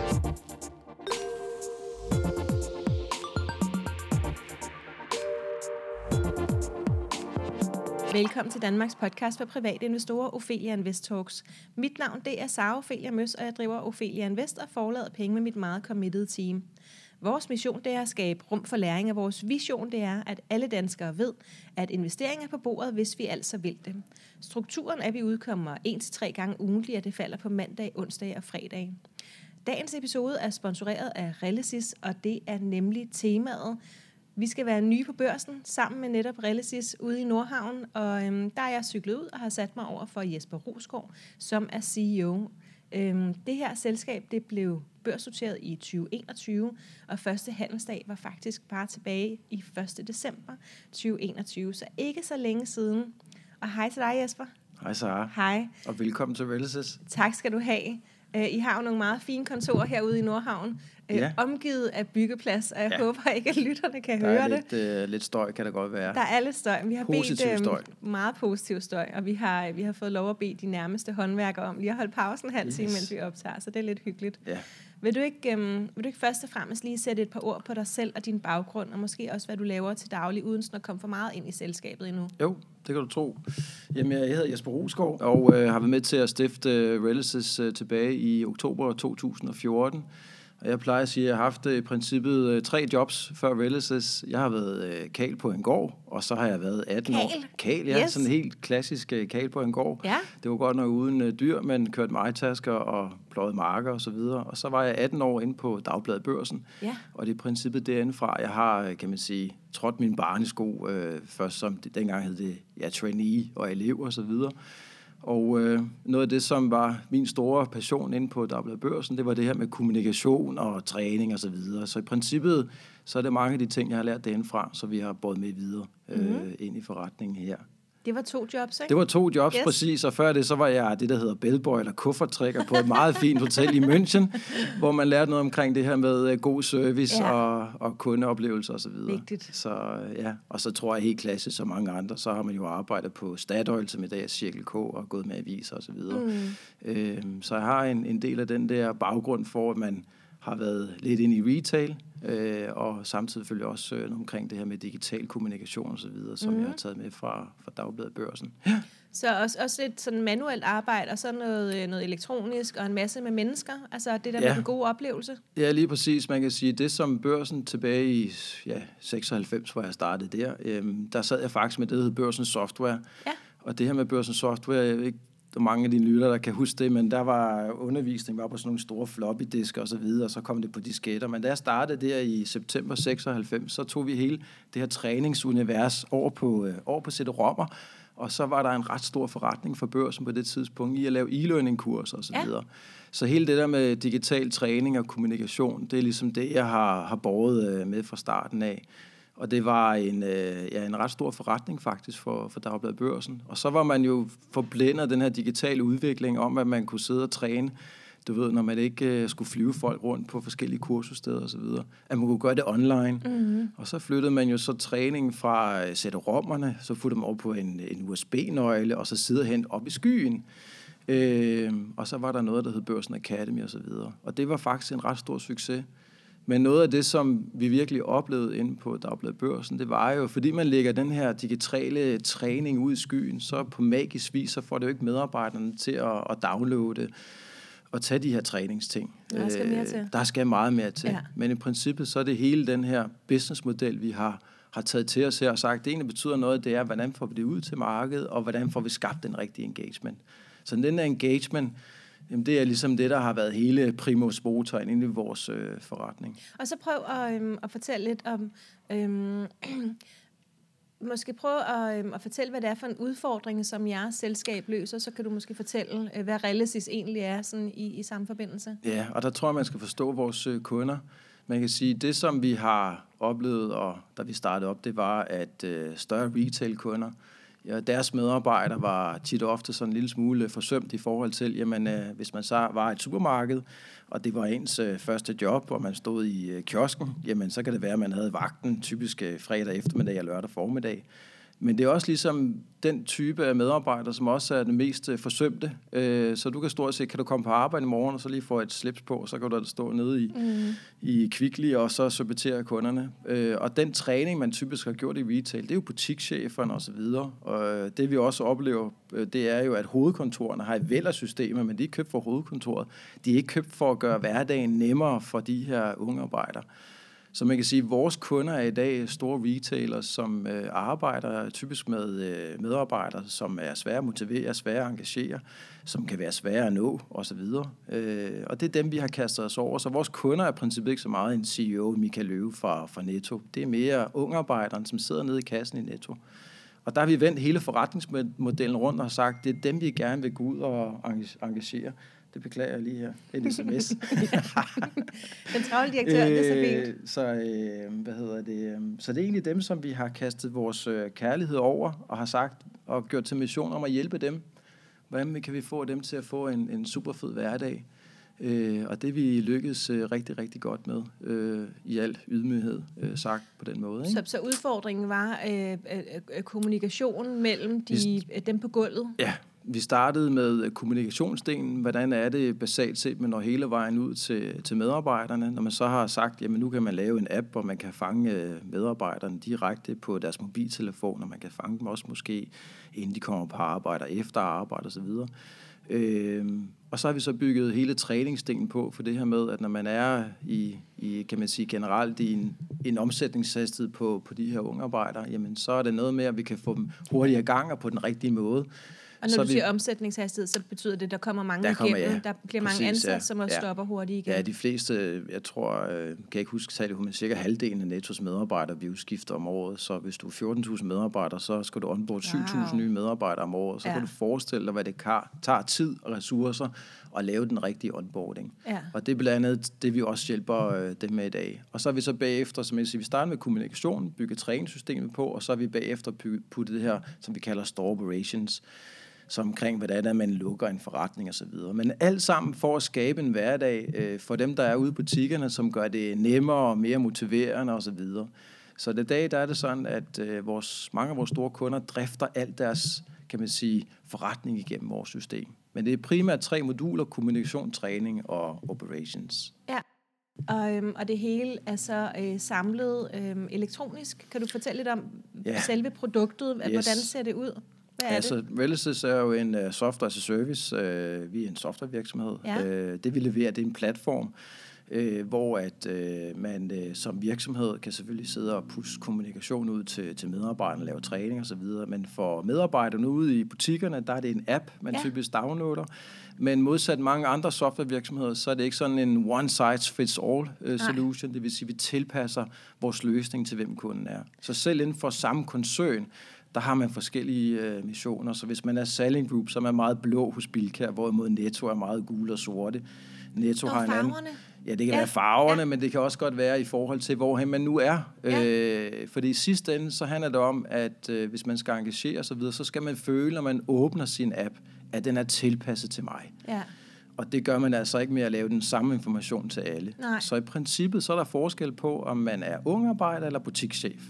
Velkommen til Danmarks podcast for private investorer, Ophelia Invest Talks. Mit navn det er Sara Ophelia Møs, og jeg driver Ophelia Invest og forlader penge med mit meget committed team. Vores mission det er at skabe rum for læring, og vores vision det er, at alle danskere ved, at investering er på bordet, hvis vi altså vil det. Strukturen er, at vi udkommer 1-3 gange ugentligt, og det falder på mandag, onsdag og fredag. Dagens episode er sponsoreret af Relesys, og det er nemlig temaet. Vi skal være nye på børsen sammen med netop Relesys ude i Nordhavn, og der er jeg cyklet ud og har sat mig over for Jesper Rosgaard, som er CEO. Det her selskab det blev børsnoteret i 2021, og første handelsdag var faktisk bare tilbage i 1. december 2021, så ikke så længe siden. Og hej til dig, Jesper. Hej Sara. Hej. Og velkommen til Relesys. Tak skal du have. I har jo nogle meget fine kontorer herude i Nordhavn, omgivet af byggeplads, og jeg håber ikke, at lytterne kan høre det. Der er lidt støj, kan der godt være. Der er lidt støj. Vi har positiv støj. Meget positiv støj, og vi har fået lov at bede de nærmeste håndværkere om lige at holde pausen en halv time, mens vi optager, så det er lidt hyggeligt. Ja. Vil du ikke først og fremmest lige sætte et par ord på dig selv og din baggrund, og måske også, hvad du laver til daglig, uden sådan at komme for meget ind i selskabet endnu? Jo, det kan du tro. Jamen, jeg hedder Jesper Rosgaard, og har været med til at stifte Relesys tilbage i oktober 2014. Og jeg plejer at sige, at jeg har haft i princippet 3 jobs før Relesys. Jeg har været kal på en gård, og så har jeg været 18 år. Kal, ja. Yes. Sådan en helt klassisk kal på en gård. Ja. Det var godt nok uden dyr, men kørte majtasker og pløjede marker og så videre. Og så var jeg 18 år inde på Dagbladet Børsen. Ja. Og det er i princippet derindefra, jeg har, kan man sige, trådt min barnesko, først som dengang hed det trainee og elev og så videre. Og noget af det, som var min store passion inde på Dagbladet Børsen, det var det her med kommunikation og træning og så videre. Så i princippet, så er det mange af de ting, jeg har lært derindefra, så vi har båret med videre ind i forretningen her. Det var 2 jobs, ikke? Det var 2 jobs, yes. Præcis. Og før det, så var jeg det, der hedder bellboy eller kufferttrækker på et meget fint hotel i München, hvor man lærte noget omkring det her med god service og kundeoplevelser og så videre. Vigtigt. Så ja, og så tror jeg helt klassisk som mange andre, så har man jo arbejdet på Statoil, som i dag er Cirkel K, og gået med aviser og så videre. Så jeg har en del af den der baggrund for, at man har været lidt inde i retail, og samtidig selvfølgelig også omkring det her med digital kommunikation og så videre, som jeg har taget med fra Dagbladet Børsen. Ja. Så også lidt sådan manuelt arbejde, og så noget elektronisk, og en masse med mennesker, altså det der med den gode oplevelse. Ja, lige præcis. Man kan sige, det som Børsen tilbage i 96, hvor jeg startede der sad jeg faktisk med det, der hed Børsens Software. Ja. Og det her med Børsens Software, jeg ved ikke, der er mange af dine lyttere, der kan huske det, men der var undervisning på sådan nogle store floppy-disker og så videre, og så kom det på disketter. Men da jeg startede der i september 96, så tog vi hele det her træningsunivers over på CD-rommer, og så var der en ret stor forretning for Børsen på det tidspunkt i at lave e-learning-kurser og så videre. Så hele det der med digital træning og kommunikation, det er ligesom det, jeg har båret med fra starten af. Og det var en ret stor forretning faktisk for Dagbladet Børsen. Og så var man jo forblændet af den her digitale udvikling om, at man kunne sidde og træne, du ved, når man ikke skulle flyve folk rundt på forskellige kursussteder og så videre. At man kunne gøre det online. Mm-hmm. Og så flyttede man jo så træningen fra CD-rommerne, så puttede man over på en USB-nøgle, og så sidder hen op i skyen. Og så var der noget, der hed Børsen Academy og så videre. Og det var faktisk en ret stor succes. Men noget af det, som vi virkelig oplevede inde på Dagbladet Børsen, det var jo, fordi man lægger den her digitale træning ud i skyen, så på magisk vis, så får det jo ikke medarbejderne til at downloade og tage de her træningsting. Der skal mere til. Der skal meget mere til. Ja. Men i princippet, så er det hele den her businessmodel, vi har taget til os her og sagt, det ene betyder noget, det er, hvordan får vi det ud til markedet, og hvordan får vi skabt den rigtige engagement. Så den der engagement, jamen det er ligesom det, der har været hele primus motor inde i vores forretning. Og så prøv at fortælle lidt om, måske prøv at fortælle, hvad det er for en udfordring, som jeres selskab løser, så kan du måske fortælle, hvad Relesys egentlig er sådan i samme forbindelse. Ja, og der tror jeg, man skal forstå vores kunder. Man kan sige, det som vi har oplevet, og da vi startede op, det var, at større retail-kunder, ja, deres medarbejdere var tit og ofte sådan en lille smule forsømt i forhold til, jamen, hvis man så var et supermarked, og det var ens første job, og man stod i kiosken, jamen, så kan det være, at man havde vagten typisk fredag eftermiddag og lørdag formiddag. Men det er også ligesom den type af medarbejdere, som også er den mest forsømte. Så du kan stort set, kan du komme på arbejde i morgen, og så lige få et slips på, og så kan du stå nede i Kvickly, og så sortere kunderne. Og den træning, man typisk har gjort i retail, det er jo butikscheferne og så videre. Og det vi også oplever, det er jo, at hovedkontorerne har et væld af systemer, men de er købt for hovedkontoret. De er ikke købt for at gøre hverdagen nemmere for de her unge arbejdere. Så man kan sige, at vores kunder er i dag store retailers, som arbejder typisk med medarbejdere, som er svære at motivere, svære at engagere, som kan være svære at nå osv. Og det er dem, vi har kastet os over. Så vores kunder er i princippet ikke så meget en CEO, Michael Løve fra Netto. Det er mere ungarbejderen, som sidder nede i kassen i Netto. Og der har vi vendt hele forretningsmodellen rundt og har sagt, det er dem, vi gerne vil gå ud og engagere. Det beklager jeg lige her. En sms. Den travle direktør, det er så fint. Så det er egentlig dem, som vi har kastet vores kærlighed over, og har sagt, og gjort til mission om at hjælpe dem. Hvordan kan vi få dem til at få en super fed hverdag? Og det vi lykkedes rigtig, rigtig godt med, i al ydmyghed sagt på den måde. Ikke? Så udfordringen var kommunikationen mellem dem på gulvet? Ja. Vi startede med kommunikationsdelen. Hvordan er det basalt set, man når hele vejen ud til medarbejderne? Når man så har sagt, jamen nu kan man lave en app, hvor man kan fange medarbejderne direkte på deres mobiltelefon, og man kan fange dem også måske, inden de kommer på arbejde, efter arbejde osv. Og så har vi så bygget hele træningsdelen på for det her med, at når man er i kan man sige generelt i en omsætningshastighed på de her unge arbejdere, jamen så er det noget med, at vi kan få dem hurtigere i gang og på den rigtige måde. Og når du siger omsætningshastighed, så betyder det, at der kommer mange igennem. Der bliver mange ansatte, som også stopper hurtigt igen. Ja, de fleste, jeg tror, kan jeg ikke huske tallet, men cirka halvdelen af Nettos medarbejdere vi udskifter om året. Så hvis du er 14.000 medarbejdere, så skal du onboard 7.000 nye medarbejdere om året. Så kan du forestille dig, hvad det tager tid og ressourcer at lave den rigtige onboarding. Ja. Og det er blandt andet det, vi også hjælper dem med i dag. Og så er vi så bagefter, som jeg siger, vi starter med kommunikation, bygger træningssystemet på, og så er vi bagefter puttet det her, som vi kalder store operations, som omkring, hvad det er, man lukker en forretning og så videre. Men alt sammen for at skabe en hverdag for dem, der er ude i butikkerne, som gør det nemmere og mere motiverende og så videre. Så i dag, der er det sådan, at mange af vores store kunder drifter alt deres, kan man sige, forretning igennem vores system. Men det er primært 3 moduler: kommunikation, træning og operations. Ja. Og det hele er så samlet elektronisk. Kan du fortælle lidt om selve produktet? Hvordan ser det ud? Altså, Relisys er jo en software as a service. Vi er en softwarevirksomhed. Ja. Det vi leverer, det er en platform, hvor at man som virksomhed kan selvfølgelig sidde og pusse kommunikation ud til medarbejderne, lave træning og så videre. Men for medarbejderne ude i butikkerne, der er det en app, man typisk downloader. Men modsat mange andre softwarevirksomheder, så er det ikke sådan en one size fits all solution. Det vil sige, at vi tilpasser vores løsning til, hvem kunden er. Så selv inden for samme koncern, der har man forskellige missioner. Så hvis man er Selling Group, så er man meget blå hos Bilka, hvorimod Netto er meget gule og sorte. Netto har en anden. Ja, det kan være farverne, men det kan også godt være i forhold til, hvorhen man nu er. Fordi i sidste ende, så handler det om, at hvis man skal engagere sig videre, så skal man føle, når man åbner sin app, at den er tilpasset til mig. Ja. Og det gør man altså ikke med at lave den samme information til alle. Nej. Så i princippet, så er der forskel på, om man er ungarbejder eller butikschef.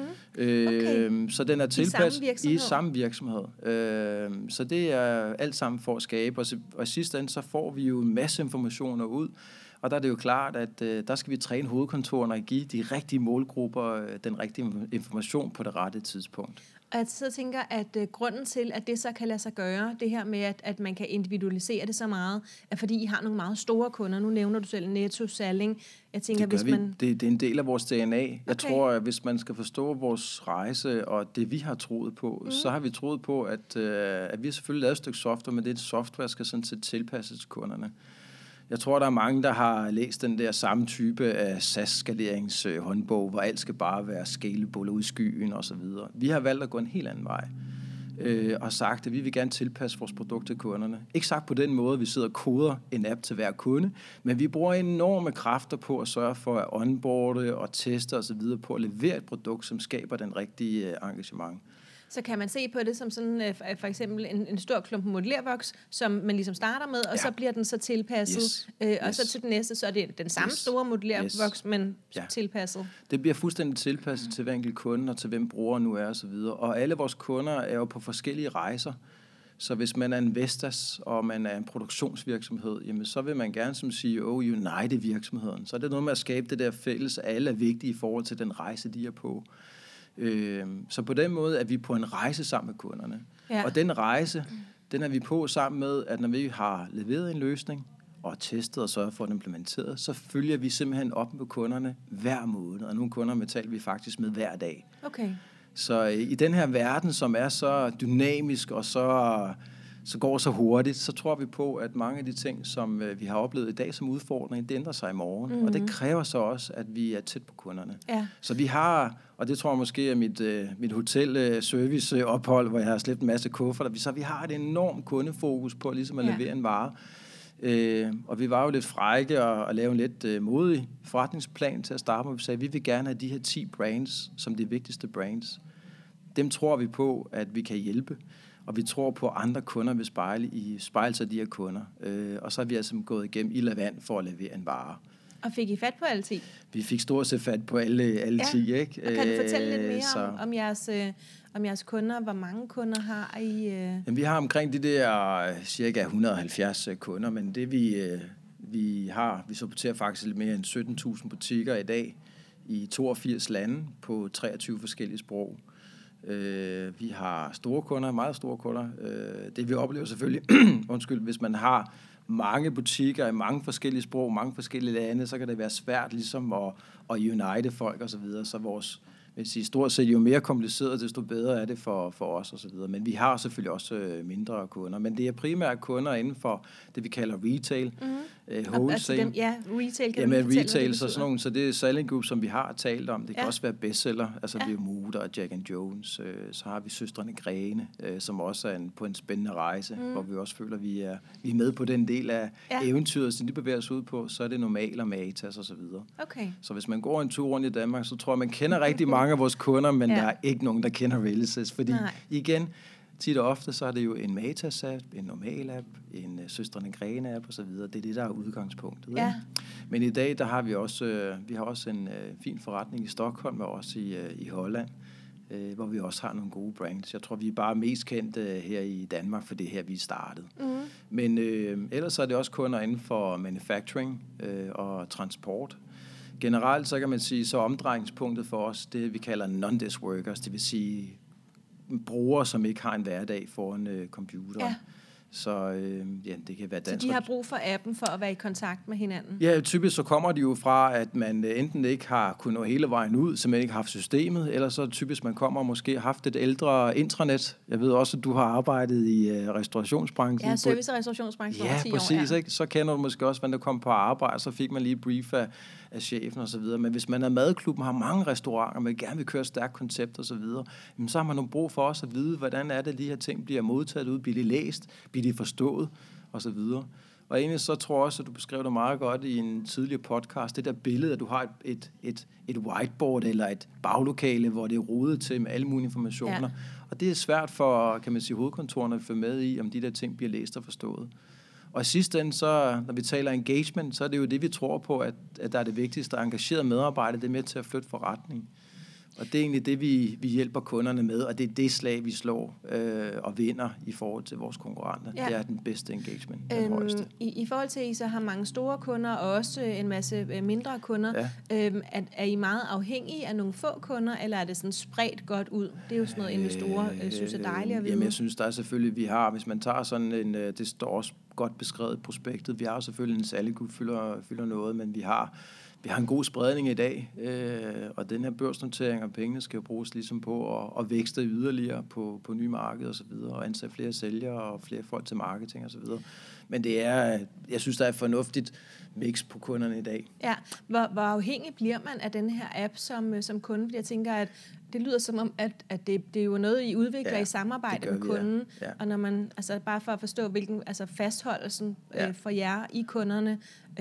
Okay. Så den er tilpasset i samme virksomhed. Så det er alt sammen for at skabe. Og i sidste ende, så får vi jo en masse informationer ud. Og der er det jo klart, at der skal vi træne hovedkontorerne og give de rigtige målgrupper den rigtige information på det rette tidspunkt. Og jeg så tænker, at grunden til, at det så kan lade sig gøre, det her med, at man kan individualisere det så meget, er fordi I har nogle meget store kunder. Nu nævner du selv Netto, Salling. Jeg tænker, det er en del af vores DNA. Okay. Jeg tror, at hvis man skal forstå vores rejse og det, vi har troet på, så har vi troet på, at vi har selvfølgelig lavet et stykke software, men det software skal sådan set tilpasses til kunderne. Jeg tror, der er mange, der har læst den der samme type af SaaS-skaleringshåndbog, hvor alt skal bare være scalable ud i skyen og så videre. Vi har valgt at gå en helt anden vej og sagt, at vi vil gerne tilpasse vores produkt til kunderne. Ikke sagt på den måde, at vi sidder og koder en app til hver kunde, men vi bruger enorme kræfter på at sørge for at onboarde og teste og så videre på at levere et produkt, som skaber den rigtige engagement. Så kan man se på det som sådan, for eksempel en stor klump modellervoks, som man ligesom starter med, og så bliver den så tilpasset. Og så til den næste, så er det den samme store modellervoks, men tilpasset. Det bliver fuldstændig tilpasset til hver enkelt kunde, og til hvem brugeren nu er, og så videre. Og alle vores kunder er jo på forskellige rejser. Så hvis man er en Vestas, og man er en produktionsvirksomhed, jamen så vil man gerne som CEO unite virksomheden. Så er det noget med at skabe det der fælles, at alle er vigtige i forhold til den rejse, de er på. Så på den måde er vi på en rejse sammen med kunderne. Ja. Og den rejse, den er vi på sammen med, at når vi har leveret en løsning, og testet og sørget for at implementeret, så følger vi simpelthen op med kunderne hver måned. Og nogle kunder betaler vi faktisk med hver dag. Okay. Så i den her verden, som er så dynamisk og så går så hurtigt, så tror vi på, at mange af de ting, som vi har oplevet i dag som udfordring, det ændrer sig i morgen. Mm-hmm. Og det kræver så også, at vi er tæt på kunderne. Ja. Så vi har, og det tror jeg måske er mit hotel-service-ophold, hvor jeg har slæbt en masse kufferter, så vi har et enormt kundefokus på ligesom at levere en vare. Og vi var jo lidt frække og lave en lidt modig forretningsplan til at starte med. Vi sagde, at vi vil gerne have de her 10 brands som de vigtigste brands. Dem tror vi på, at vi kan hjælpe. Og vi tror på, at andre kunder vil spejle sig af de her kunder. Og så har vi altså gået igennem ild og vand for at levere en vare. Og fik I fat på alle 10? Vi fik stort set fat på alle 10, ikke? Og kan du fortælle lidt mere om jeres kunder? Hvor mange kunder har I? Jamen, vi har omkring de der cirka 170 kunder, men det vi supporterer faktisk lidt mere end 17.000 butikker i dag i 82 lande på 23 forskellige sprog. Vi har store kunder, meget store kunder. Det vi oplever selvfølgelig, hvis man har mange butikker i mange forskellige sprog, mange forskellige lande, så kan det være svært ligesom at unite folk og så videre. Så vores, vil sige, stort set jo mere kompliceret, desto bedre er det for os og så videre. Men vi har selvfølgelig også mindre kunder, men det er primært kunder inden for det vi kalder retail, wholesale. Altså retail kan retail, så det er selling group, som vi har talt om. Det kan også være bestseller, altså vi er Moder og Jack & Jones. Så har vi Søstrene Grene, som også er på en spændende rejse, hvor vi også føler, at vi er med på den del af eventyret, som de bevæger sig ud på, så er det Normal og Matas og så videre. Okay. Så hvis man går en tur rundt i Danmark, så tror jeg, man kender rigtig mange af vores kunder, men der er ikke nogen, der kender Relisys, fordi igen, tit og ofte, så er det jo en Matas-app, en Normal-app, en Søstrene Grene-app og så videre. Det er det, der er udgangspunktet. Ja. Men i dag, der har vi også en fin forretning i Stockholm og også i Holland, hvor vi også har nogle gode brands. Jeg tror, vi er bare mest kendte her i Danmark, for det her, vi er startet. Men ellers så er det også kunder inden for manufacturing og transport. Generelt så kan man sige, så omdrejningspunktet for os, det vi kalder non-desk workers, det vil sige brugere, som ikke har en hverdag foran computeren. Ja. Så det kan være dansk. Så de har brug for appen for at være i kontakt med hinanden? Ja, typisk så kommer de jo fra, at man enten ikke har kunnet nå hele vejen ud, så man ikke har haft systemet, eller så typisk man kommer og måske har haft et ældre intranet. Jeg ved også, at du har arbejdet i restaurationsbranchen. Ja, service- og restaurationsbranchen over 10 år. Præcis, ikke? Så kender du måske også, hvordan du kom på arbejde, så fik man lige et brief af chefen og så videre. Men hvis man er madklubben, har mange restauranter, man gerne vil køre et stærkt koncept og så videre, så har man nogle brug for også at vide, hvordan er det, de her ting bliver modtaget ud, bliver de læst, bliver de forstået og så videre. Og egentlig så tror jeg også, at du beskrev det meget godt i en tidligere podcast, det der billede, at du har et whiteboard eller et baglokale, hvor det er rodet til med alle mulige informationer. Ja. Og det er svært for, kan man sige, hovedkontorerne at følge med i, om de der ting bliver læst og forstået. Og i sidste ende, så, når vi taler engagement, så er det jo det, vi tror på, at der er det vigtigste, at engageret medarbejdere, det er med til at flytte forretning. Og det er egentlig det, vi hjælper kunderne med, og det er det slag, vi slår og vinder i forhold til vores konkurrenter. Ja. Det er den bedste engagement, den højeste. I forhold til, at I så har mange store kunder, og også en masse mindre kunder, er I meget afhængige af nogle få kunder, eller er det sådan spredt godt ud? Det er jo sådan noget, investorer synes er dejligt at vide. Jamen, jeg synes, der er selvfølgelig, vi har, hvis man tager sådan en, det står også godt beskrevet i prospektet, vi har jo selvfølgelig en salggruppe, fylder noget, men vi har en god spredning i dag, og den her børsnotering og pengene skal jo bruges ligesom på at vækste yderligere på nye markeder og så videre, og ansætte flere sælgere og flere folk til marketing og så videre. Men jeg synes, der er et fornuftigt mix på kunderne i dag. Ja, hvor afhængig bliver man af den her app som kunde? Fordi jeg tænker, at det lyder som om, at det er jo noget, I udvikler i samarbejde med kunden. Ja. Og når man, altså bare for at forstå, hvilken fastholdelsen for jer i kunderne,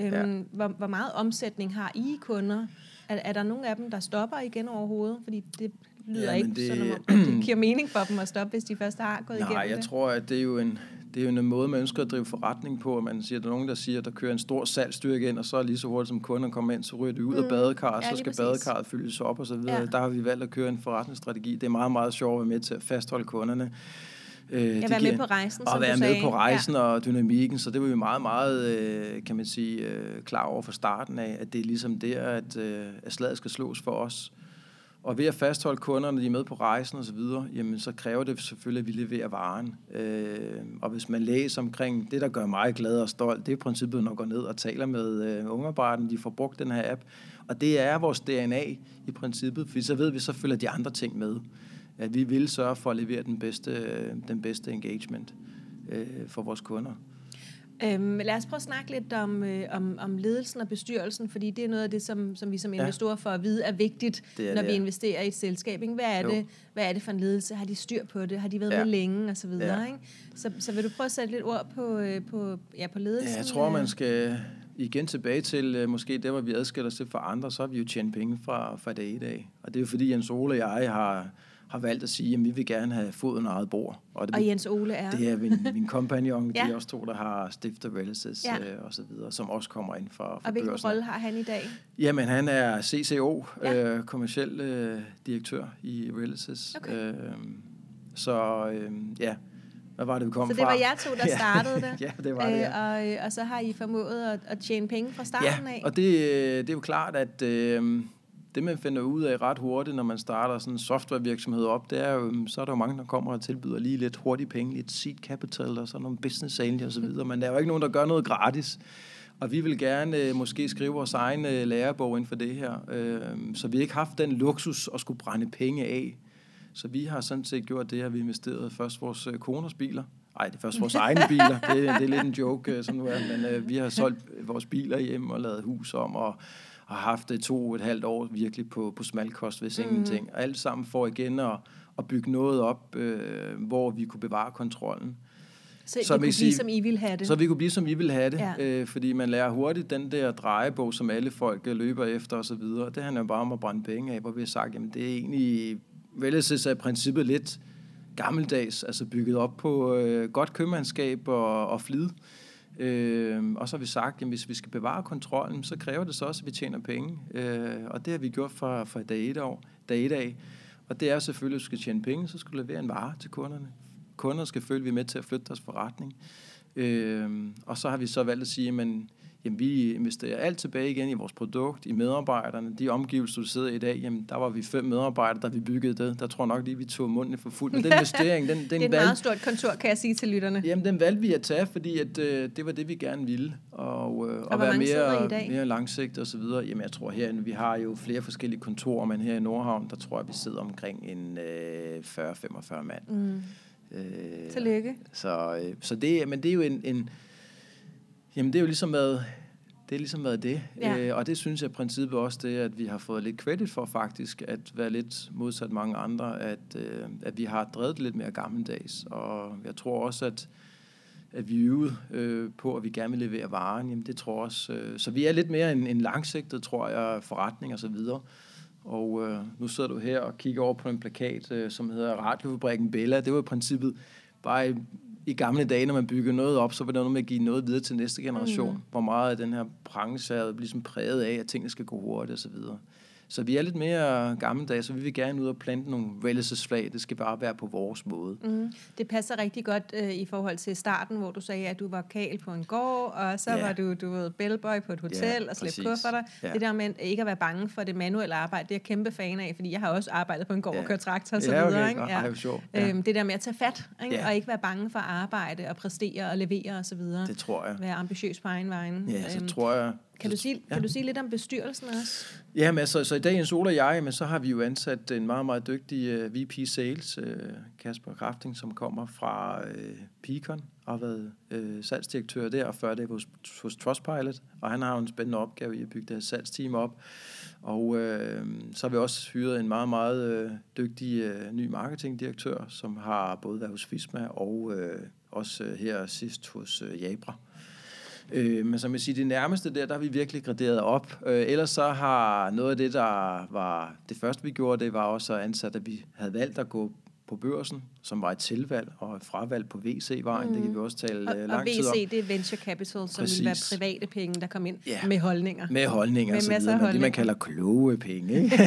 hvor meget omsætning har I kunder? Er der nogle af dem, der stopper igen overhovedet? Fordi det lyder ikke sådan, at det giver mening for dem at stoppe, hvis de først har gået igennem det. Nej, jeg tror, at det er jo en måde, man ønsker at drive forretning på. Man siger, at der er nogen, der siger, at der kører en stor salgsstyrke ind, og så lige så hurtigt som kunden kommer ind, så ryger det ud af badekarret, så skal badekarret fyldes op og så videre. Ja. Der har vi valgt at køre en forretningsstrategi. Det er meget, meget sjovt at være med til at fastholde kunderne. At være med på rejsen, som du sagde. Og være med på rejsen og dynamikken, så det var vi meget, meget, kan man sige, klar over fra starten af, at det er ligesom der, at slaget skal slås for os. Og ved at fastholde kunderne, de er med på rejsen og så videre, jamen så kræver det selvfølgelig, at vi leverer varen. Og hvis man læser omkring det, der gør mig glad og stolt, det er i princippet, når man går ned og taler med ungearbejderne, de får brugt den her app. Og det er vores DNA i princippet, for så ved vi, så følger de andre ting med. At vi vil sørge for at levere den bedste engagement for vores kunder. Lad os prøve at snakke lidt om ledelsen og bestyrelsen, fordi det er noget af det, som vi som investorer får at vide er vigtigt, når vi investerer i et selskab. Ikke? Hvad er det for en ledelse? Har de styr på det? Har de været med længe? Og så videre, ikke? Så vil du prøve at sætte lidt ord på ledelsen? Ja, jeg tror, man skal igen tilbage til måske der, hvor vi adskiller os fra andre, så har vi jo tjent penge fra dag i dag. Og det er jo fordi Jens Ole og jeg har valgt at sige, at vi vil gerne have foden og eget bord. Og Jens Ole er? Det er min kompagnon, de er også to, der har stiftet Relicis og så videre, som også kommer ind fra børsen. Og hvilken rolle har han i dag? Jamen, han er CCO, kommerciel direktør i Relicis. Okay. Hvad var det, vi kom fra? Så det var jer to, der startede det? Ja, det var det, og så har I formået at tjene penge fra starten af? Ja, og det er jo klart, at det, man finder ud af ret hurtigt, når man starter sådan en softwarevirksomhed op, det er jo, så er der jo mange, der kommer og tilbyder lige lidt hurtige penge, lidt seed capital og sådan nogle business angel og så videre, men der er jo ikke nogen, der gør noget gratis. Og vi vil gerne måske skrive vores egen lærebog inden for det her, så vi har ikke haft den luksus at skulle brænde penge af. Så vi har sådan set gjort det, at vi investerede først vores koners biler. Nej, det er først vores egne biler. Det er lidt en joke, sådan nu er, men vi har solgt vores biler hjem og lavet hus om og har haft 2,5 år virkelig på smalkost, hvis ingenting. Og alt sammen for igen at bygge noget op, hvor vi kunne bevare kontrollen. Så vi kunne blive, som I ville have det? Så vi kunne blive, som I ville have det. Fordi man lærer hurtigt den der drejebog, som alle folk løber efter osv. Det handler jo bare om at brænde penge af, hvor vi har sagt, jamen det er egentlig Relicis er i princippet lidt gammeldags, altså bygget op på godt købmandskab og flid. Og så har vi sagt, at hvis vi skal bevare kontrollen, så kræver det så også, at vi tjener penge. Og det har vi gjort fra dag et af. Og det er selvfølgelig, at du skal tjene penge, så skal du levere en vare til kunderne. Kunderne skal følge, vi er med til at flytte deres forretning. Og så har vi så valgt at sige, at vi investerer alt tilbage igen i vores produkt, i medarbejderne. De omgivelser, du sidder i dag, jamen, der var vi 5 medarbejdere, der vi byggede det. Der tror jeg nok lige, vi tog munden for fuld. Men den investering, det er et meget stort kontor, kan jeg sige til lytterne. Jamen, den valgte vi at tage, fordi at, det var det, vi gerne ville. Og være mere langsigtet og så videre. Jamen, jeg tror herinde, vi har jo flere forskellige kontorer, men her i Nordhavn, der tror jeg, vi sidder omkring en 40-45 mand. Tillykke. Så det, men det er jo jamen det er jo ligesom været det. Og det synes jeg i princippet også det, at vi har fået lidt credit for faktisk, at være lidt modsat mange andre, at vi har drevet lidt mere gammeldags. Og jeg tror også, at vi øvede på, at vi gerne vil levere varen. Jamen det tror jeg også. Så vi er lidt mere en langsigtet, tror jeg, forretning og så videre. Og nu sidder du her og kigger over på en plakat, som hedder Radiofabrikken Bella. Det var i princippet bare i gamle dage, når man bygger noget op, så var det noget med at give noget videre til næste generation. Hvor meget af den her branche er ligesom præget af, at tingene skal gå hurtigt og så videre. Så vi er lidt mere gammeldags, så vi vil gerne ud og plante nogle Relicis-flag. Det skal bare være på vores måde. Det passer rigtig godt i forhold til starten, hvor du sagde, at du var karl på en gård, og så var du var bellboy på et hotel og slæbte kufferter. Ja. Det der med ikke at være bange for det manuelle arbejde, det er jeg kæmpe fan af, fordi jeg har også arbejdet på en gård og kørt traktor og så videre. Ikke? Det der med at tage fat, ikke? Og ikke være bange for at arbejde og præstere og levere og så videre. Det tror jeg. Være ambitiøs på egen vegne. Ja, så tror jeg. Kan du sige lidt om bestyrelsen også? Jamen, altså, så i dag, Jens Ole og jeg, men så har vi jo ansat en meget, meget dygtig VP Sales, Kasper Krafting, som kommer fra Peakon og har været salgsdirektør der, og før det hos Trustpilot, og han har jo en spændende opgave i at bygge det her salgsteam op. Og så har vi også hyret en meget, meget dygtig ny marketingdirektør, som har både været hos Fisma og også her sidst hos Jabra. Men som jeg siger, det nærmeste der har vi virkelig graderet op. Ellers så har noget af det, der var det første, vi gjorde, det var også at ansætte, at vi havde valgt at gå på børsen, som var et tilvalg og et fravalg på VC-vejen. Det kan vi også tale lang tid om. Og VC, det er venture capital, som vil være private penge, der kommer ind med holdninger. Med holdninger, med masser af holdninger. Det, man kalder kloge penge. Ikke?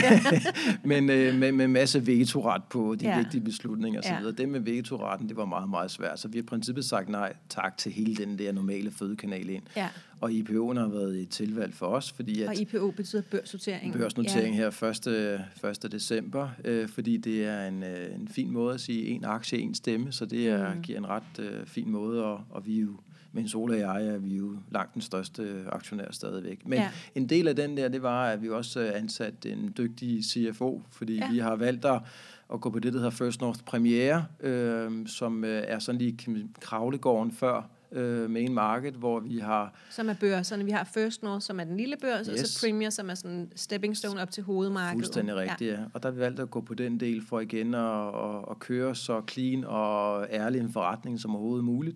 med masse vetoret på de vigtige beslutninger osv. Det med vetoretten, det var meget, meget svært. Så vi har i princippet sagt nej tak til hele den der normale fødekanal ind. Ja. Og IPO'en har været et tilvalg for os, fordi at... Og IPO betyder børsnotering. Børsnotering her 1. december, fordi det er en fin måde at sige, en aktie, en stemme, så det giver en ret fin måde, og vi jo, mens Ola og jeg er vi jo langt den største aktionær stadigvæk. Men en del af den der, det var, at vi også ansatte en dygtig CFO, fordi vi har valgt at gå på det, der hedder First North Premiere, som er sådan lige kravlegården før main market, hvor vi har... Som er børserne. Vi har First North, som er den lille børs, og så Premier, som er sådan stepping stone op til hovedmarkedet. Fuldstændig rigtigt, ja. Og der har vi valgt at gå på den del for igen at køre så clean og ærlig en forretning som overhovedet muligt.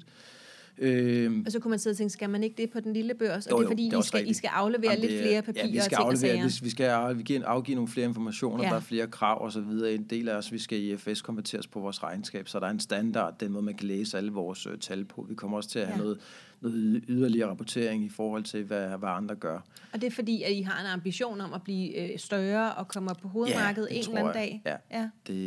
Og så kunne man sidde og tænke, skal man ikke det på den lille børs? Og det er fordi, I skal aflevere lidt flere papirer vi skal og ting og vi skal afgive nogle flere informationer, der er flere krav og så videre. En del af os, vi skal i IFS konverteres på vores regnskab, så der er en standard, den måde man kan læse alle vores tal på. Vi kommer også til at have noget yderligere rapportering i forhold til, hvad andre gør. Og det er fordi, at I har en ambition om at blive større og komme op på hovedmarkedet en eller anden dag? Ja,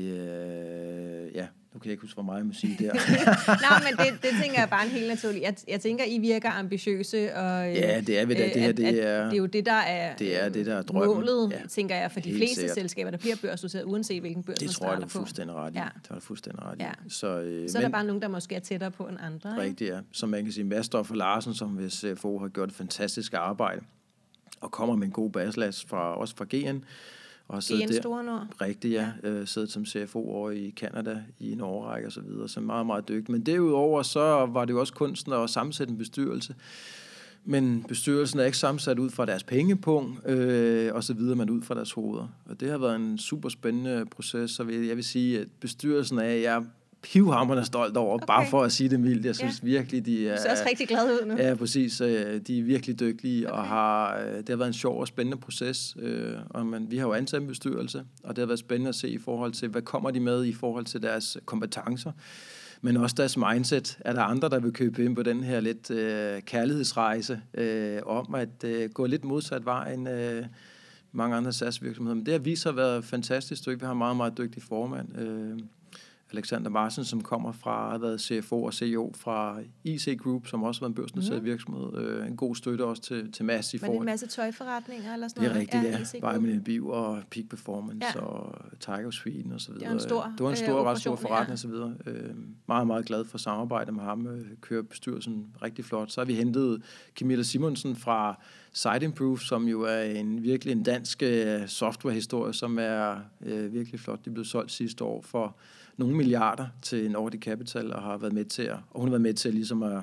det nu kan jeg ikke huske, hvor meget jeg må sige der. Nej, men det tænker jeg bare en helt naturlig. Jeg tænker, I virker ambitiøse. Og, det er vi da. Det er jo det, der er, det, der er drømmen. Målet, tænker jeg, for de fleste selskaber, der bliver børsnoteret, uanset hvilken børs man starter på. Det tror jeg, du er fuldstændig ret i. Så er der bare nogen, der måske er tættere på end andre. Rigtigt, ja. Som man kan sige, Mads og Larsen, som hvis CFO har gjort et fantastisk arbejde, og kommer med en god baslast også fra GN. Og GN Store Nord. Rigtigt, ja. Siddet som CFO over i Canada i en årrække og så videre, så meget, meget dygtig. Men derudover, så var det jo også kunsten at sammensætte en bestyrelse. Men bestyrelsen er ikke sammensat ud fra deres pengepunkt, og så videre, men ud fra deres hoveder. Og det har været en super spændende proces, så jeg vil sige, at bestyrelsen jeg pivhamrende stolt over, bare for at sige det mildt. Jeg synes virkelig, de er... Du ser også rigtig glad ud nu. Ja, præcis. De er virkelig dygtige, og det har været en sjov og spændende proces. Vi har jo ansat en bestyrelse, og det har været spændende at se i forhold til, hvad kommer de med i forhold til deres kompetencer, men også deres mindset. Er der andre, der vil købe ind på den her lidt kærlighedsrejse om at gå lidt modsat vej end mange andre SAS-virksomheder? Men det har vist sig at være et fantastisk stykke. Vi har en meget, meget dygtig formand, Alexander Marsen, som kommer fra, har været CFO og CEO fra IC Group, som også har været en børsnoteret virksomhed. En god støtte også til Mads i forhold. Var det en masse tøjforretninger eller sådan noget? Det er rigtigt, ja. Biomin Bio og Peak Performance og Tiger Sweden og så videre. Det var en stor, ret stor forretning og så videre. Meget, meget glad for samarbejde med ham. Kører bestyrelsen rigtig flot. Så har vi hentet Camilla Simonsen fra Site Improve, som jo er virkelig en dansk softwarehistorie, som er virkelig flot. Det blev solgt sidste år for nogle milliarder til Nordic Capital, og har været med til og hun har været med til ligesom at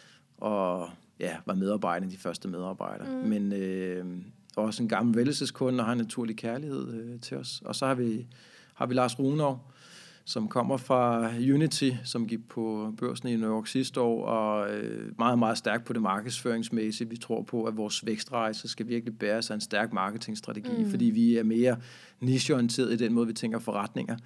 være medarbejder, de første medarbejdere. Men også en gammel vælgelseskunde, og har en naturlig kærlighed til os. Og så har vi Lars Runov, som kommer fra Unity, som gik på børsen i New York sidste år, og meget, meget stærk på det markedsføringsmæssige. Vi tror på, at vores vækstrejse skal virkelig bære sig en stærk marketingstrategi, fordi vi er mere nicheorienteret i den måde, vi tænker forretninger.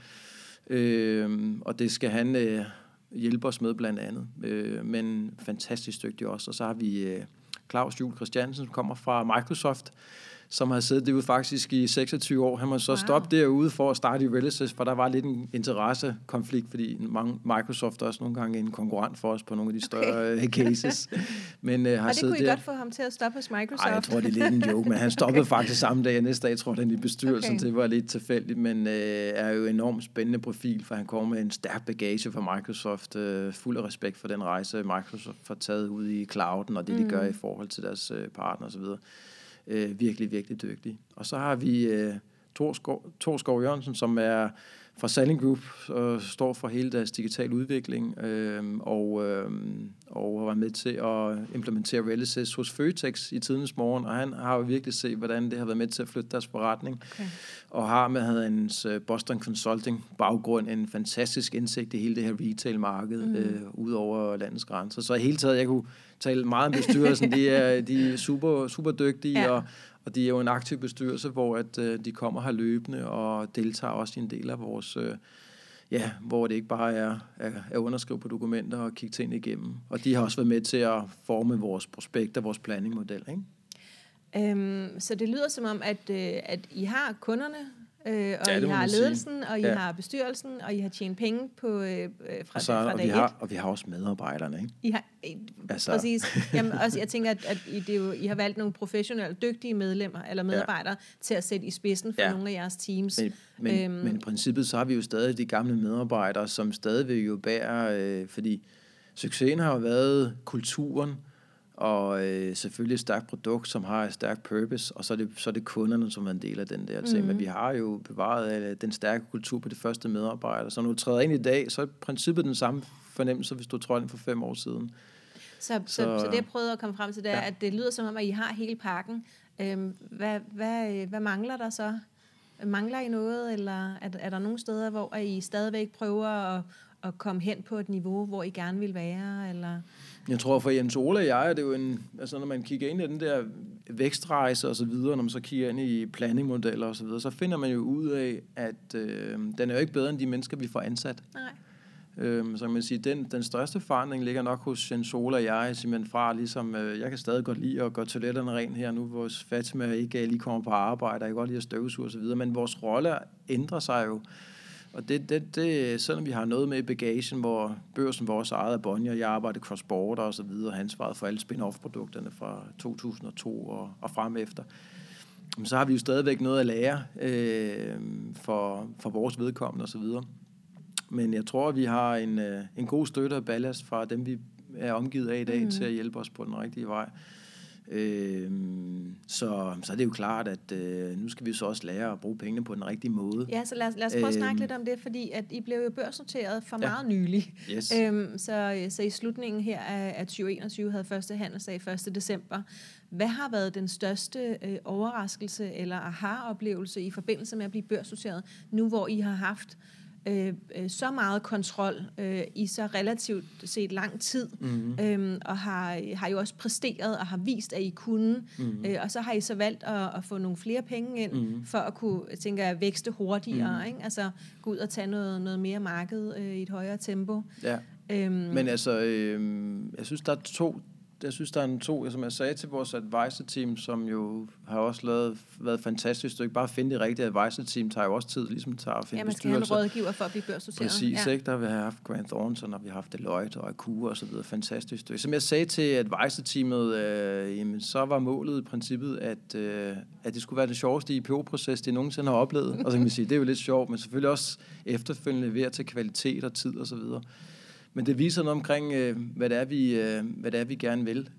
Og det skal han hjælpe os med blandt andet. Men fantastisk dygtig også. Og så har vi Claus Juhl Christiansen, som kommer fra Microsoft, som har siddet derude faktisk i 26 år. Han må så stoppe derude for at starte i Relisys, for der var lidt en interessekonflikt, fordi Microsoft er også nogle gange en konkurrent for os på nogle af de større cases. Men, og det kunne I godt få ham til at stoppe hos Microsoft? Nej, jeg tror, det er lidt en joke, men han stoppede faktisk samme dag, og næste dag tror jeg, den i bestyrelsen, det var lidt tilfældigt, men er jo enormt spændende profil, for han kommer med en stærk bagage fra Microsoft, fuld af respekt for den rejse, Microsoft har taget ud i clouden, og det de gør i forhold til deres partner osv. Virkelig, virkelig dygtig. Og så har vi Thor Skov Jørgensen, som er fra Salling Group, og står for hele deres digital udvikling, og har været med til at implementere Realisys hos Føtex i tidens morgen, og han har jo virkelig set, hvordan det har været med til at flytte deres forretning, og har med hans Boston Consulting baggrund en fantastisk indsigt i hele det her retail-marked, ud over landets grænser. Så i hele taget, jeg kunne tale meget om bestyrelsen. De er super, super dygtige, og de er jo en aktiv bestyrelse, hvor at, de kommer her løbende og deltager også i en del af vores... hvor det ikke bare er at underskrive på dokumenter og kigge ting igennem. Og de har også været med til at forme vores prospekt og vores planningmodel, ikke? Så det lyder som om, at I har kunderne, og I har ledelsen, og I har bestyrelsen, og I har tjent penge på fra dag 1. Og vi har også medarbejderne, ikke? I har, præcis. Jamen, også, jeg tænker, at I har valgt nogle professionelle, dygtige medlemmer eller medarbejdere til at sætte i spidsen for nogle af jeres teams. Men i princippet, så har vi jo stadig de gamle medarbejdere, som stadigvæk jo bærer, fordi succesen har jo været kulturen, og selvfølgelig et stærkt produkt, som har et stærkt purpose, og så er det kunderne, som er en del af den der ting. Men vi har jo bevaret den stærke kultur på de første medarbejdere. Så når du træder ind i dag, så er i princippet den samme fornemmelse, hvis du trådte ind for 5 år siden. Så det, jeg prøvede at komme frem til, det er, at det lyder som om, at I har hele pakken. Hvad mangler der så? Mangler I noget, eller er der nogle steder, hvor I stadigvæk prøver at komme hen på et niveau, hvor I gerne vil være, eller... Jeg tror, for Jens Ole og jeg, er det jo når man kigger ind i den der vækstrejse og så videre, når man så kigger ind i planningmodeller og så videre, så finder man jo ud af, at den er jo ikke bedre end de mennesker, vi får ansat. Nej. Så kan man sige, den største forandring ligger nok hos Jens Ole og jeg, simpelthen fra ligesom, jeg kan stadig godt lide at gøre toiletterne ren her nu, hvor Fatima ikke lige kommer på arbejde, og jeg kan godt lide at støvsuge og så videre, men vores rolle ændrer sig jo. Og det, selvom vi har noget med i bagagen, hvor børsen vores eget af Bonnier, jeg arbejder cross-border og så videre, har ansvaret for alle spin-off-produkterne fra 2002 og frem efter, så har vi jo stadigvæk noget at lære for vores vedkommende og så videre. Men jeg tror, at vi har en god støtte og ballast fra dem, vi er omgivet af i dag, til at hjælpe os på den rigtige vej. Så er det jo klart, at nu skal vi så også lære at bruge pengene på den rigtige måde. Ja, så lad os prøve at snakke lidt om det, fordi at I blev jo børsnoteret for meget nylig. Yes. Så i slutningen her af 2021 havde første handelsdag 1. december. Hvad har været den største overraskelse eller aha-oplevelse i forbindelse med at blive børsnoteret, nu hvor I har haft så meget kontrol i så relativt set lang tid, og har jo også præsteret og har vist, at I kunne, og så har I så valgt at få nogle flere penge ind, for at kunne, tænker jeg, vækste hurtigere, ikke? Altså gå ud og tage noget mere marked i et højere tempo. Ja, men altså, jeg synes, der er to, som jeg sagde til vores advisor-team, som jo har også været fantastisk. Du ikke bare finde det rigtige advisor-team, tager jo også tid, ligesom tager at finde bestyrelser. Man skal have en rådgiver for at blive børsnoteret. Præcis, ikke? Der har vi haft Grant Thornton, og vi har haft Deloitte og Acura og så videre. Fantastisk stykke. Som jeg sagde til advisor-teamet, så var målet i princippet, at det skulle være den sjoveste IPO-proces, de nogensinde har oplevet. Og så kan man sige, det er jo lidt sjovt, men selvfølgelig også efterfølgende levere til kvalitet og tid og så videre. Men det viser noget omkring, hvad det er, vi gerne vil.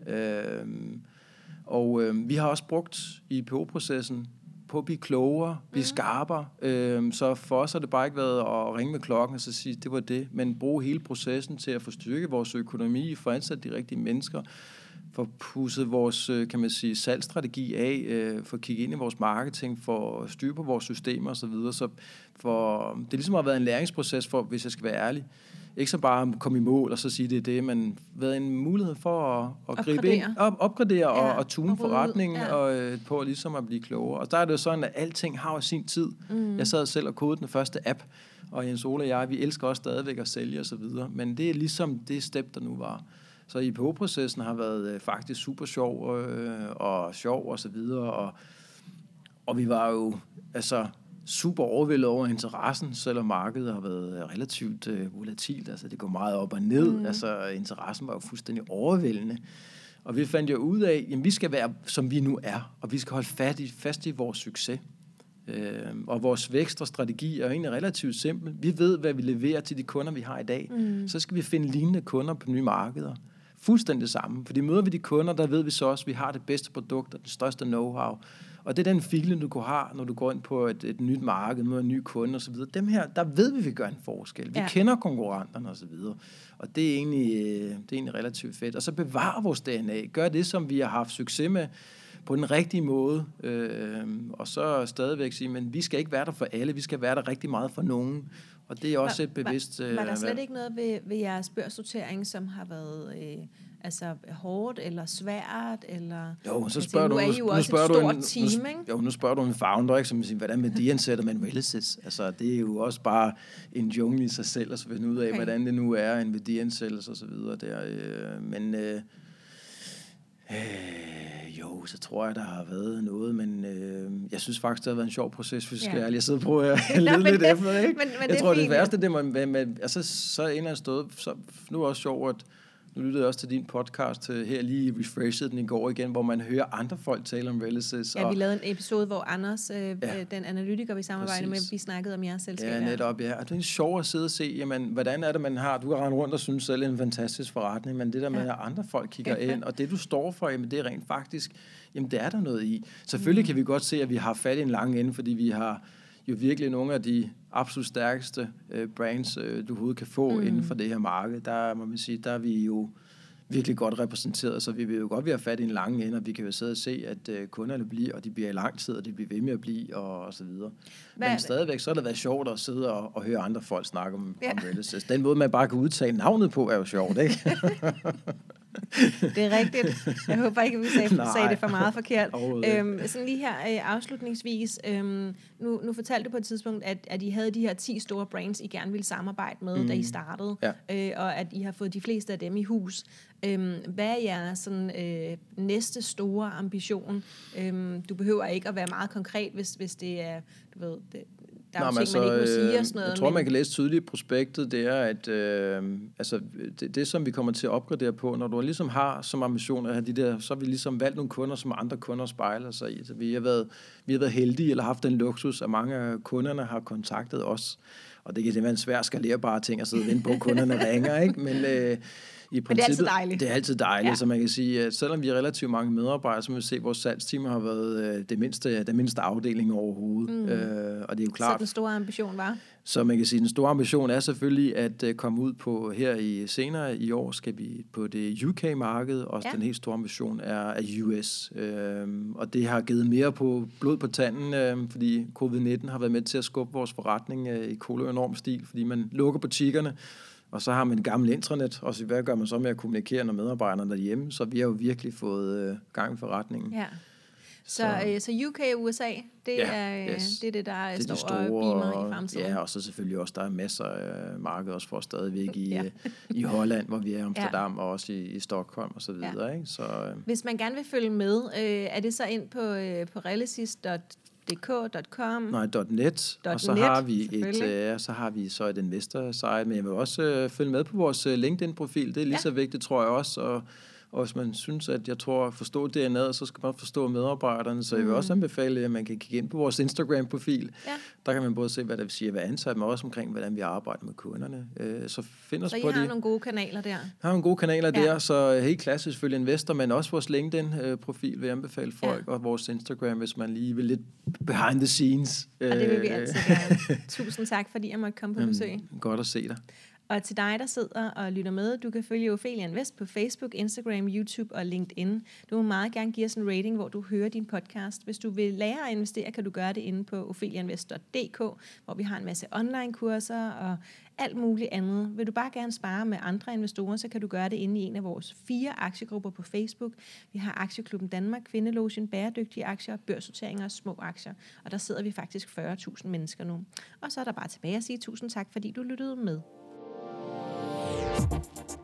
Vi har også brugt IPO-processen på at blive klogere, blive skarpere. Så for os har det bare ikke været at ringe med klokken og så sige, det var det, men bruge hele processen til at få styrket vores økonomi, få ansat de rigtige mennesker, få pusset vores, kan man sige, salgsstrategi af, få kigget ind i vores marketing, få styr på vores systemer osv. Så det ligesom har været en læringsproces, for, hvis jeg skal være ærlig. Ikke så bare komme i mål og så sige, det er det, men været en mulighed for at gribe ind, opgradere og tune forretningen og på ligesom at blive klogere. Og der er det jo sådan, at alting har jo sin tid. Jeg sad selv og kodede den første app, og Jens Ole og jeg, vi elsker også stadigvæk at sælge og så videre, men det er ligesom det step, der nu var. Så IPO-processen har været faktisk super sjov og så videre, og vi var jo super overvældet over interessen, selvom markedet har været relativt volatilt. Altså, det går meget op og ned. Altså, interessen var jo fuldstændig overvældende. Og vi fandt jo ud af, at vi skal være, som vi nu er, og vi skal holde fast i vores succes. Og vores vækst og strategi er jo egentlig relativt simpel. Vi ved, hvad vi leverer til de kunder, vi har i dag. Så skal vi finde lignende kunder på nye markeder. Fuldstændig sammen. Fordi møder vi de kunder, der ved vi så også, at vi har det bedste produkt og den største know-how. Og det er den feeling, du kan have, når du går ind på et nyt marked, møder en ny kunde og så videre. Dem her, der ved vi gør en forskel. Vi kender konkurrenterne og så videre. Og det er egentlig relativt fedt. Og så bevare vores DNA. Gør det, som vi har haft succes med, på den rigtige måde. Og så stadigvæk sige, men vi skal ikke være der for alle. Vi skal være der rigtig meget for nogen. Og det er også et bevidst... Var der slet ikke noget ved jeres børsnotering, som har været hårdt eller svært? Eller, jo, så spørger du... Nu er I jo også et stort team, ikke? Jo, nu spørger du en founder, ikke, som siger, hvordan værdiansætter man Relicis? Altså, det er jo også bare en jungle i sig selv, at finde ud af, hvordan det nu er, en værdiansættelse og så videre der. Jo, så tror jeg, der har været noget, men jeg synes faktisk, det har været en sjov proces, hvis jeg skal ærlig. Jeg sidder på at lede lidt efter, ikke? Men jeg tror, det værste, det må... Altså, så en eller anden sted, så nu er det også sjovt, at nu lyttede jeg også til din podcast her lige refreshede den i går igen, hvor man hører andre folk tale om Relicis. Ja, vi lavede en episode, hvor Anders, den analytiker, vi samarbejder med, vi snakkede om jeres selskab. Ja, netop, ja. Og det er sjovt at sidde og se, jamen, hvordan er det, man har... Du har rendt rundt og synes selv, en fantastisk forretning, men det der med, at andre folk kigger ind, og det, du står for, jamen, det er rent faktisk... Jamen, det er der noget i. Selvfølgelig kan vi godt se, at vi har fat i en lang ende, fordi vi har jo virkelig nogle af de absolut stærkeste brands, du overhovedet kan få inden for det her marked. Der må man sige, der er vi jo virkelig godt repræsenteret, så vi vil jo godt være fat i en lang ende, og vi kan jo sidde og se, at kunderne bliver, og de bliver i lang tid, og de bliver ved med at blive, og så videre. Men stadigvæk, så har det været sjovt at sidde og høre andre folk snakke om Relicis. Den måde, man bare kan udtale navnet på, er jo sjovt, ikke? Det er rigtigt. Jeg håber ikke, at vi sagde det for meget forkert. Sådan lige her afslutningsvis. Nu fortalte du på et tidspunkt, at I havde de her 10 store brands, I gerne ville samarbejde med, da I startede. Ja. Og at I har fået de fleste af dem i hus. Hvad er jeres næste store ambition? Du behøver ikke at være meget konkret, hvis det er... Du ved, der er jo ting, man ikke må sige og sådan noget. Jeg tror, man kan læse tydeligt i prospektet, det er, at det, som vi kommer til at opgradere på, når du ligesom har som ambition at have de der, så har vi ligesom valgt nogle kunder, som andre kunder spejler sig i. Så vi har været heldige, eller haft den luksus, at mange af kunderne har kontaktet os. Og det kan være en svær skalerbar ting at sidde og vente på, kunderne ringer, ikke? Men i princippet, det er altid dejligt, så man kan sige, at selvom vi er relativt mange medarbejdere, så må vi se, at vores salgsteam har været den mindste afdeling overhovedet. Og det er jo klart. Så den store ambition var? Så man kan sige, at den store ambition er selvfølgelig at komme ud på her senere i år, skal vi på det UK-marked, og den helt store ambition er US. Og det har givet mere på blod på tanden, fordi covid-19 har været med til at skubbe vores forretning i enorm stil, fordi man lukker butikkerne, og så har man en gammel intranet, og så hvad gør man så med at kommunikere med medarbejderne derhjemme? Så vi har jo virkelig fået gang i forretningen. Ja. Så UK og USA, det er det, der det står og beamer i fremtiden. Ja, og så selvfølgelig også, der er masser af markeder også for stadigvæk i Holland, hvor vi er i Amsterdam, og også i Stockholm og så videre. Ikke? Så, hvis man gerne vil følge med, er det så ind på relicis.dk.com? Nej, .net, og så har vi så et investor-site, men jeg vil også følge med på vores LinkedIn-profil. Det er lige så vigtigt, tror jeg også, og hvis man synes, at forstå DNA'et, så skal man forstå medarbejderne. Så jeg vil også anbefale, at man kan kigge ind på vores Instagram-profil. Ja. Der kan man både se, hvad det vil sige at være ansat, men også omkring, hvordan vi arbejder med kunderne. Så I har nogle gode kanaler der? Har nogle gode kanaler der, så helt klassisk selvfølgelig Investor, men også vores LinkedIn-profil vil jeg anbefale folk, og vores Instagram, hvis man lige vil lidt behind the scenes. Og det vil vi altid gerne. Tusind tak, fordi jeg måtte komme på besøg. Godt at se dig. Og til dig, der sidder og lytter med, du kan følge Ophelia Invest på Facebook, Instagram, YouTube og LinkedIn. Du må meget gerne give os en rating, hvor du hører din podcast. Hvis du vil lære at investere, kan du gøre det inde på opheliainvest.dk, hvor vi har en masse online-kurser og alt muligt andet. Vil du bare gerne spare med andre investorer, så kan du gøre det inde i en af vores 4 aktiegrupper på Facebook. Vi har Aktieklubben Danmark, Kvindelogen, Bæredygtige Aktier, Børssorteringer og Små Aktier. Og der sidder vi faktisk 40.000 mennesker nu. Og så er der bare tilbage at sige tusind tak, fordi du lyttede med.